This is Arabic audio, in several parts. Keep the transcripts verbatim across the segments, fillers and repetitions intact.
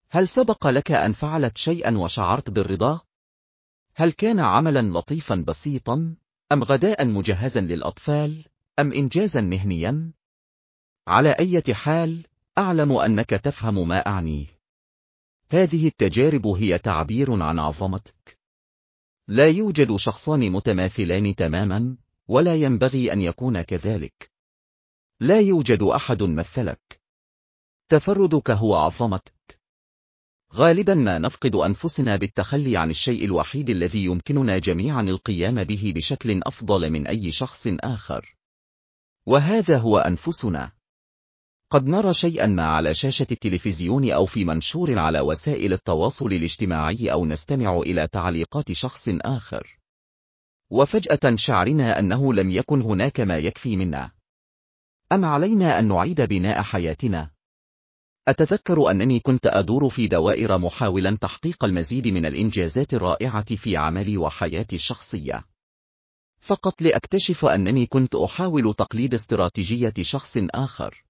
هل سبق لك أن فعلت شيئا وشعرت بالرضا؟ هل كان عملا لطيفا بسيطا، أم غداء مجهزا للأطفال، أم إنجازا مهنيا؟ على أي حال، أعلم أنك تفهم ما أعنيه. هذه التجارب هي تعبير عن عظمتك. لا يوجد شخصان متماثلان تماما، ولا ينبغي أن يكون كذلك. لا يوجد أحد مثلك. تفردك هو عظمتك. غالبا ما نفقد أنفسنا بالتخلي عن الشيء الوحيد الذي يمكننا جميعا القيام به بشكل أفضل من أي شخص آخر، وهذا هو أنفسنا. قد نرى شيئا ما على شاشة التلفزيون أو في منشور على وسائل التواصل الاجتماعي، أو نستمع إلى تعليقات شخص آخر، وفجأة شعرنا أنه لم يكن هناك ما يكفي منا. أم علينا أن نعيد بناء حياتنا؟ أتذكر أنني كنت أدور في دوائر محاولا تحقيق المزيد من الإنجازات الرائعة في عملي وحياتي الشخصية، فقط لأكتشف أنني كنت أحاول تقليد استراتيجية شخص آخر.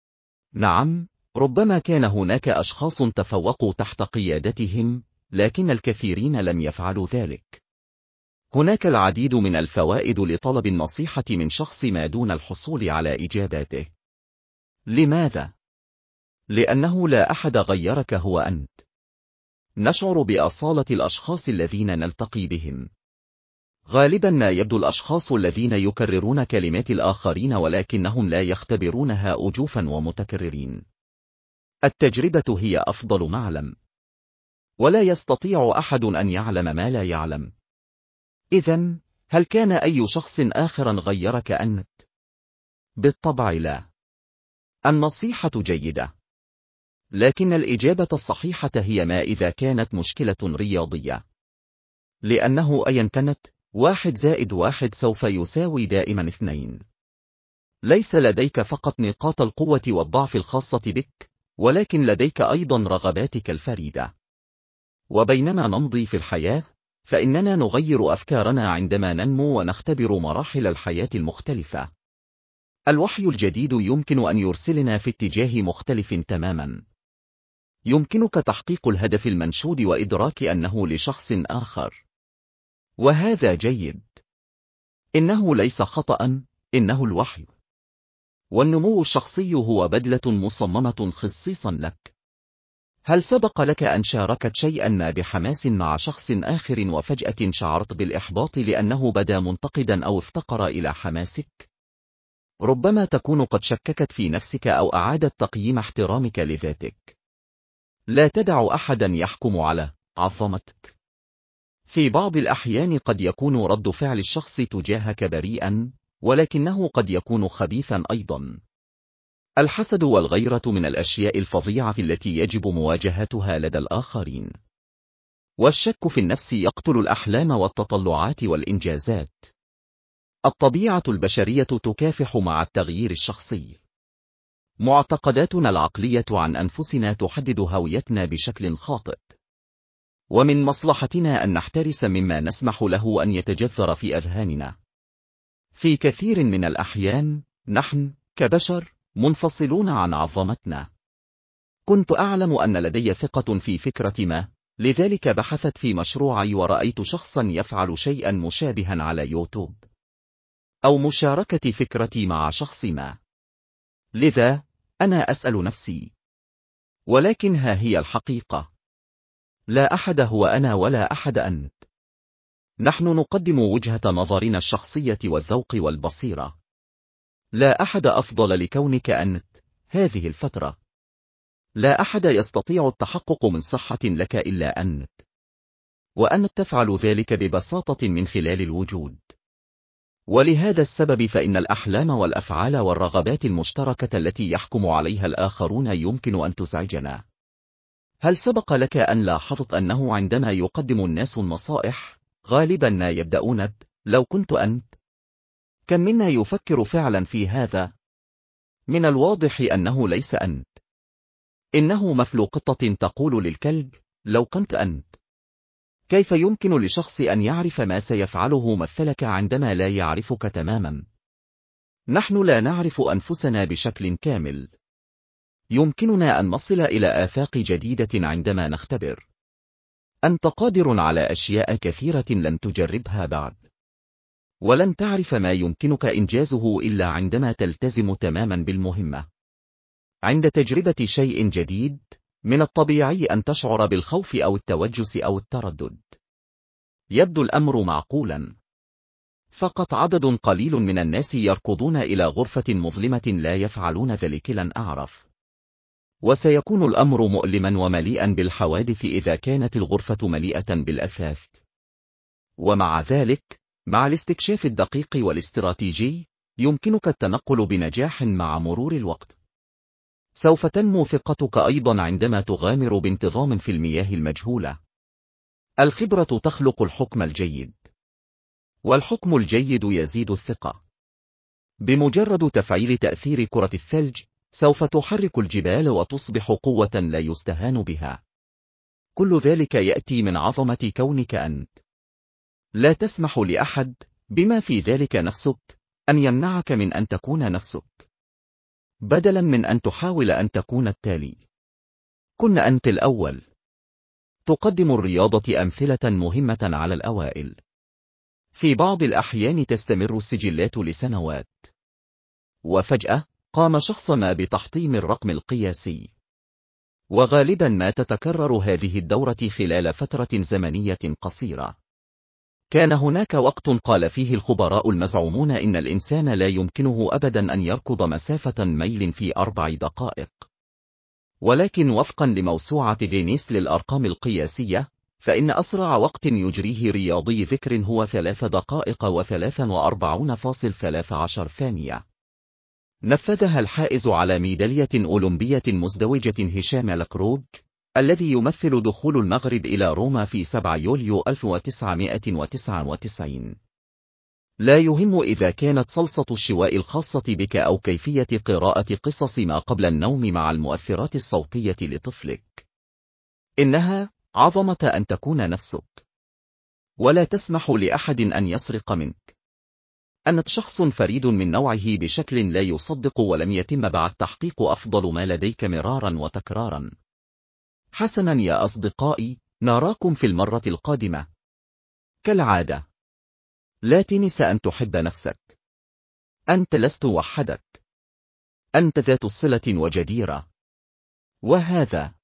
نعم، ربما كان هناك أشخاص تفوقوا تحت قيادتهم، لكن الكثيرين لم يفعلوا ذلك. هناك العديد من الفوائد لطلب النصيحة من شخص ما دون الحصول على إجاباته. لماذا؟ لأنه لا أحد غيرك، هو أنت. نشعر بأصالة الأشخاص الذين نلتقي بهم. غالبا ما يبدو الأشخاص الذين يكررون كلمات الآخرين ولكنهم لا يختبرونها أجوفا ومتكررين. التجربة هي أفضل معلم، ولا يستطيع أحد أن يعلم ما لا يعلم. إذن، هل كان أي شخص آخر غيرك أنت؟ بالطبع لا. النصيحة جيدة، لكن الإجابة الصحيحة هي ما إذا كانت مشكلة رياضية. لأنه أيا كانت، واحد زائد واحد سوف يساوي دائما اثنين. ليس لديك فقط نقاط القوة والضعف الخاصة بك، ولكن لديك أيضا رغباتك الفريدة. وبينما نمضي في الحياة، فإننا نغير أفكارنا عندما ننمو ونختبر مراحل الحياة المختلفة. الوحي الجديد يمكن أن يرسلنا في اتجاه مختلف تماما. يمكنك تحقيق الهدف المنشود وإدراك أنه لشخص آخر، وهذا جيد. إنه ليس خطأ، إنه الوحي. والنمو الشخصي هو بدلة مصممة خصيصا لك. هل سبق لك أن شاركت شيئا ما بحماس مع شخص آخر وفجأة شعرت بالإحباط لأنه بدا منتقدا أو افتقر إلى حماسك؟ ربما تكون قد شككت في نفسك أو أعادت تقييم احترامك لذاتك. لا تدع أحدا يحكم على عظمتك. في بعض الأحيان قد يكون رد فعل الشخص تجاهك بريئا، ولكنه قد يكون خبيثا أيضا. الحسد والغيرة من الأشياء الفظيعة التي يجب مواجهتها لدى الآخرين. والشك في النفس يقتل الأحلام والتطلعات والإنجازات. الطبيعة البشرية تكافح مع التغيير الشخصي. معتقداتنا العقلية عن أنفسنا تحدد هويتنا بشكل خاطئ، ومن مصلحتنا أن نحترس مما نسمح له أن يتجذر في أذهاننا. في كثير من الأحيان، نحن كبشر منفصلون عن عظمتنا. كنت أعلم أن لدي ثقة في فكرة ما، لذلك بحثت في مشروعي ورأيت شخصا يفعل شيئا مشابها على يوتيوب، أو مشاركة فكرتي مع شخص ما. لذا، أنا أسأل نفسي، ولكن ها هي الحقيقة. لا أحد هو أنا ولا أحد أنت. نحن نقدم وجهة نظرنا الشخصية والذوق والبصيرة. لا أحد أفضل لكونك أنت هذه الفترة. لا أحد يستطيع التحقق من صحة لك إلا أنت، وأنت تفعل ذلك ببساطة من خلال الوجود. ولهذا السبب فإن الأحلام والأفعال والرغبات المشتركة التي يحكم عليها الآخرون يمكن أن تزعجنا. هل سبق لك أن لاحظت أنه عندما يقدم الناس النصائح، غالبا ما يبدأون ب لو كنت أنت؟ كم منا يفكر فعلا في هذا؟ من الواضح أنه ليس أنت. إنه مثل قطة تقول للكلب لو كنت أنت. كيف يمكن لشخص أن يعرف ما سيفعله مثلك عندما لا يعرفك تماما؟ نحن لا نعرف أنفسنا بشكل كامل. يمكننا أن نصل إلى آفاق جديدة عندما نختبر. أنت قادر على أشياء كثيرة لن تجربها بعد. ولن تعرف ما يمكنك إنجازه إلا عندما تلتزم تماما بالمهمة. عند تجربة شيء جديد، من الطبيعي أن تشعر بالخوف أو التوجس أو التردد. يبدو الأمر معقولا. فقط عدد قليل من الناس يركضون إلى غرفة مظلمة لا يفعلون ذلك لن أعرف. وسيكون الأمر مؤلما ومليئا بالحوادث إذا كانت الغرفة مليئة بالأثاث. ومع ذلك، مع الاستكشاف الدقيق والاستراتيجي، يمكنك التنقل بنجاح مع مرور الوقت. سوف تنمو ثقتك أيضا عندما تغامر بانتظام في المياه المجهولة. الخبرة تخلق الحكم الجيد. والحكم الجيد يزيد الثقة. بمجرد تفعيل تأثير كرة الثلج، سوف تحرك الجبال وتصبح قوة لا يستهان بها. كل ذلك يأتي من عظمة كونك أنت. لا تسمح لأحد، بما في ذلك نفسك، أن يمنعك من أن تكون نفسك. بدلا من أن تحاول أن تكون التالي، كن أنت الأول. تقدم الرياضة أمثلة مهمة على الأوائل. في بعض الأحيان تستمر السجلات لسنوات. وفجأة، قام شخص ما بتحطيم الرقم القياسي. وغالبا ما تتكرر هذه الدورة خلال فترة زمنية قصيرة. كان هناك وقت قال فيه الخبراء المزعومون إن الإنسان لا يمكنه أبدا أن يركض مسافة ميل في أربع دقائق. ولكن وفقا لموسوعة غينيس للأرقام القياسية، فإن أسرع وقت يجريه رياضي ذكر هو ثلاث دقائق وثلاث وأربعون فاصل ثلاث عشر ثانية. نفذها الحائز على ميدالية أولمبية مزدوجة هشام لكروج، الذي يمثل دخول المغرب إلى روما في سبعة يوليو ألف وتسعمائة وتسعة وتسعين. لا يهم إذا كانت صلصة الشواء الخاصة بك أو كيفية قراءة قصص ما قبل النوم مع المؤثرات الصوتية لطفلك. إنها عظمة أن تكون نفسك. ولا تسمح لأحد أن يسرق منك. أنت شخص فريد من نوعه بشكل لا يصدق، ولم يتم بعد تحقيق أفضل ما لديك مرارا وتكرارا. حسنا يا أصدقائي، نراكم في المرة القادمة. كالعادة، لا تنس أن تحب نفسك. أنت لست وحدك. أنت ذات صلة وجديرة. وهذا